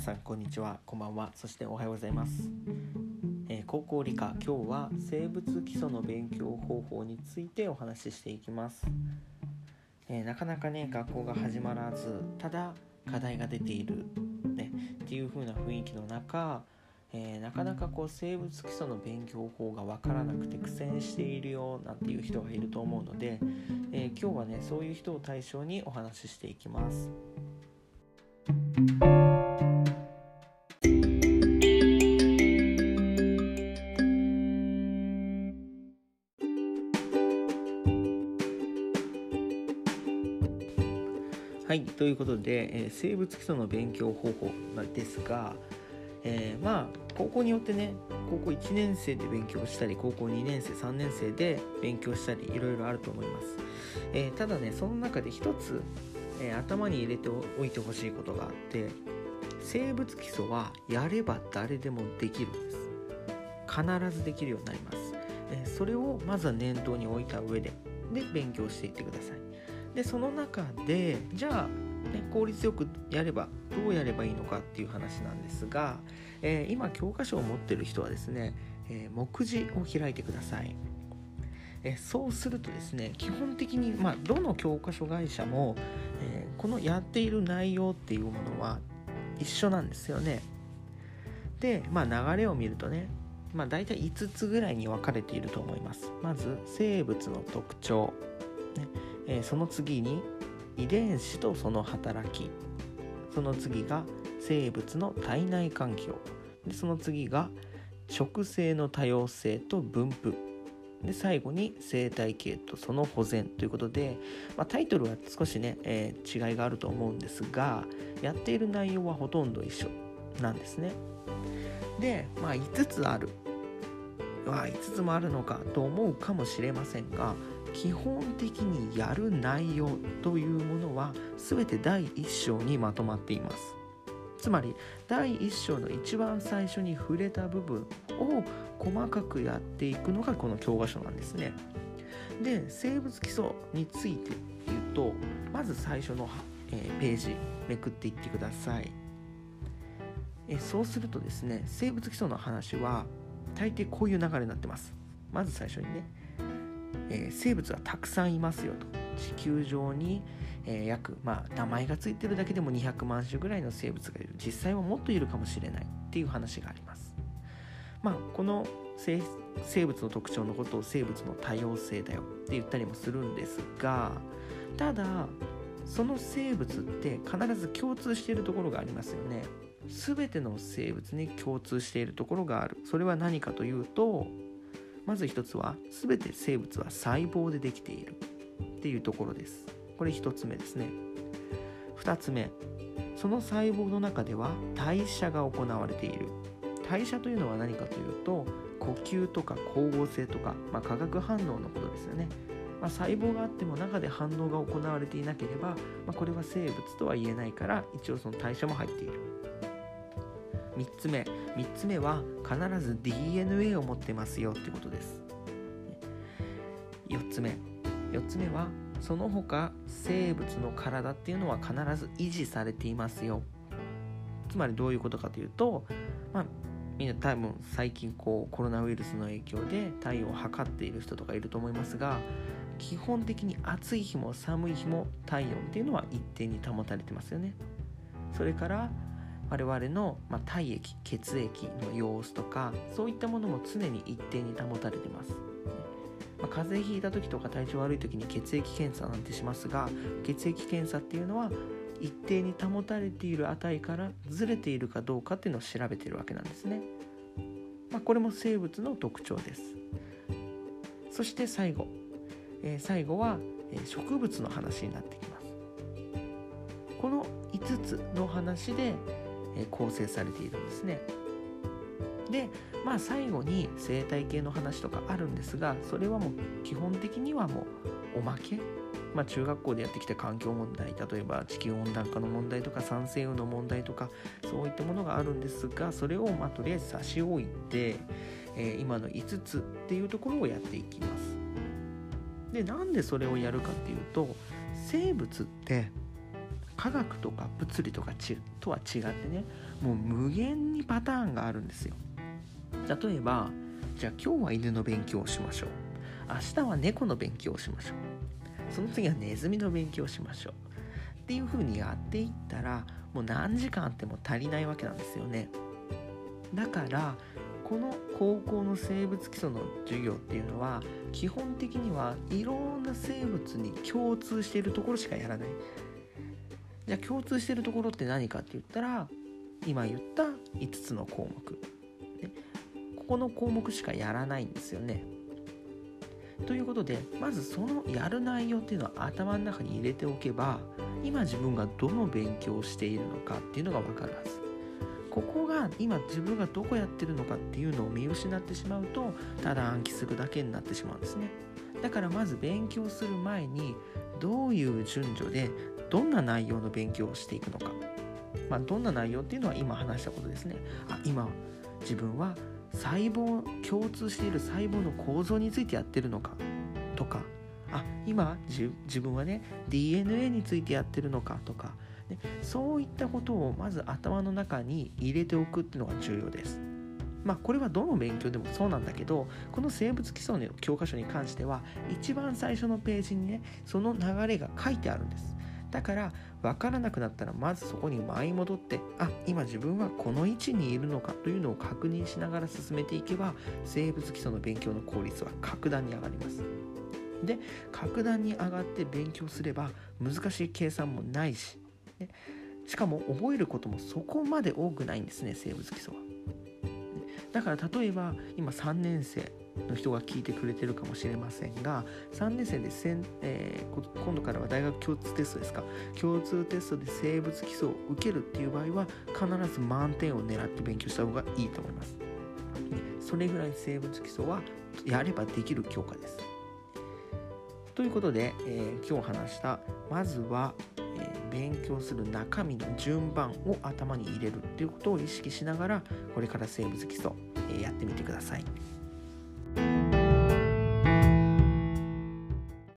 さんこんにちは、こんばんは、そしておはようございます。高校理科、今日は生物基礎の勉強方法についてお話ししていきます。なかなかね学校が始まらず、ただ課題が出ている、っていう風な雰囲気の中、なかなか生物基礎の勉強法が分からなくて苦戦しているよなんていう人がいると思うので、今日はねそういう人を対象にお話ししていきます。はい、ということで、生物基礎の勉強方法ですが、高校によってね、高校1年生で勉強したり、高校2年生3年生で勉強したり、いろいろあると思います。ただね、その中で一つ、頭に入れておいてほしいことがあって、生物基礎はやれば誰でもできるんです。必ずできるようになります。それをまずは念頭に置いた上で勉強していってください。でその中でじゃあ、効率よくやればどうやればいいのかっていう話なんですが、今教科書を持っている人はですね、目次を開いてください。そうするとですね、基本的に、どの教科書会社も、このやっている内容っていうものは一緒なんですよね。で、流れを見るとね、だいたい5つぐらいに分かれていると思います。まず生物の特徴、その次に遺伝子とその働き、その次が生物の体内環境で、その次が植生の多様性と分布で、最後に生態系とその保全ということで、タイトルは少しね、違いがあると思うんですが、やっている内容はほとんど一緒なんですね。で、5つある、5つもあるのかと思うかもしれませんが、基本的にやる内容というものは全て第1章にまとまっています。つまり第1章の一番最初に触れた部分を細かくやっていくのがこの教科書なんですね。で、生物基礎について言うと、まず最初の、ページめくっていってください。そうするとですね、生物基礎の話は大抵こういう流れになってます。まず最初にね、生物はたくさんいますよと。地球上に、約、名前がついてるだけでも200万種ぐらいの生物がいる。実際はもっといるかもしれないっていう話があります。この生物の特徴のことを生物の多様性だよって言ったりもするんですが、ただその生物って必ず共通しているところがありますよね。すべての生物に共通しているところがある。それは何かというと、まず一つは、すべて生物は細胞でできているっていうところです。これ一つ目ですね。二つ目、その細胞の中では代謝が行われている。代謝というのは何かというと、呼吸とか光合成とか、化学反応のことですよね。細胞があっても中で反応が行われていなければ、これは生物とは言えないから、一応その代謝も入っている。3つ目は必ず DNA を持ってますよってことです。4つ目はその他生物の体っていうのは必ず維持されていますよ。つまりどういうことかというと、みんな多分最近コロナウイルスの影響で体温を測っている人とかいると思いますが、基本的に暑い日も寒い日も体温っていうのは一定に保たれてますよね。それから我々の体液、血液の様子とか、そういったものも常に一定に保たれています。風邪ひいた時とか体調悪い時に血液検査なんてしますが、血液検査っていうのは一定に保たれている値からずれているかどうかっていうのを調べているわけなんですね。これも生物の特徴です。そして最後は植物の話になってきます。この5つの話で構成されているんですね。で、最後に生態系の話とかあるんですが、それはもう基本的にはもうおまけ。中学校でやってきた環境問題、例えば地球温暖化の問題とか酸性雨の問題とか、そういったものがあるんですが、それをとりあえず差し置いて、今の5つっていうところをやっていきます。で、なんでそれをやるかっていうと、生物って科学とか物理とかとは違ってね、もう無限にパターンがあるんですよ。例えばじゃあ今日は犬の勉強をしましょう、明日は猫の勉強をしましょう、その次はネズミの勉強をしましょうっていう風にやっていったら、もう何時間あっても足りないわけなんですよね。だからこの高校の生物基礎の授業っていうのは基本的にはいろんな生物に共通しているところしかやらない。じゃあ共通しているところって何かって言ったら、今言った5つの項目、ね、ここの項目しかやらないんですよね。ということで、まずそのやる内容っていうのは頭の中に入れておけば、今自分がどの勉強をしているのかっていうのが分かるはず。ここが今自分がどこやってるのかっていうのを見失ってしまうと、ただ暗記するだけになってしまうんですね。だからまず勉強する前にどういう順序でどんな内容の勉強をしていくのか、どんな内容っていうのは今話したことですね。今自分は共通している細胞の構造についてやってるのかとか、今自分はね DNA についてやってるのかとか、ね、そういったことをまず頭の中に入れておくっていうのが重要です。これはどの勉強でもそうなんだけど、この生物基礎の教科書に関しては一番最初のページにねその流れが書いてあるんです。だから分からなくなったらまずそこに舞い戻って、今自分はこの位置にいるのかというのを確認しながら進めていけば、生物基礎の勉強の効率は格段に上がります。で、格段に上がって勉強すれば難しい計算もないし、ね、しかも覚えることもそこまで多くないんですね、生物基礎は。だから例えば今3年生の人が聞いてくれてるかもしれませんが、3年生で今度からは大学共通テストですか、共通テストで生物基礎を受けるっていう場合は必ず満点を狙って勉強した方がいいと思います。それぐらい生物基礎はやればできる教科です。ということで、今日話したまずは、勉強する中身の順番を頭に入れるということを意識しながら、これから生物基礎、やってみてください。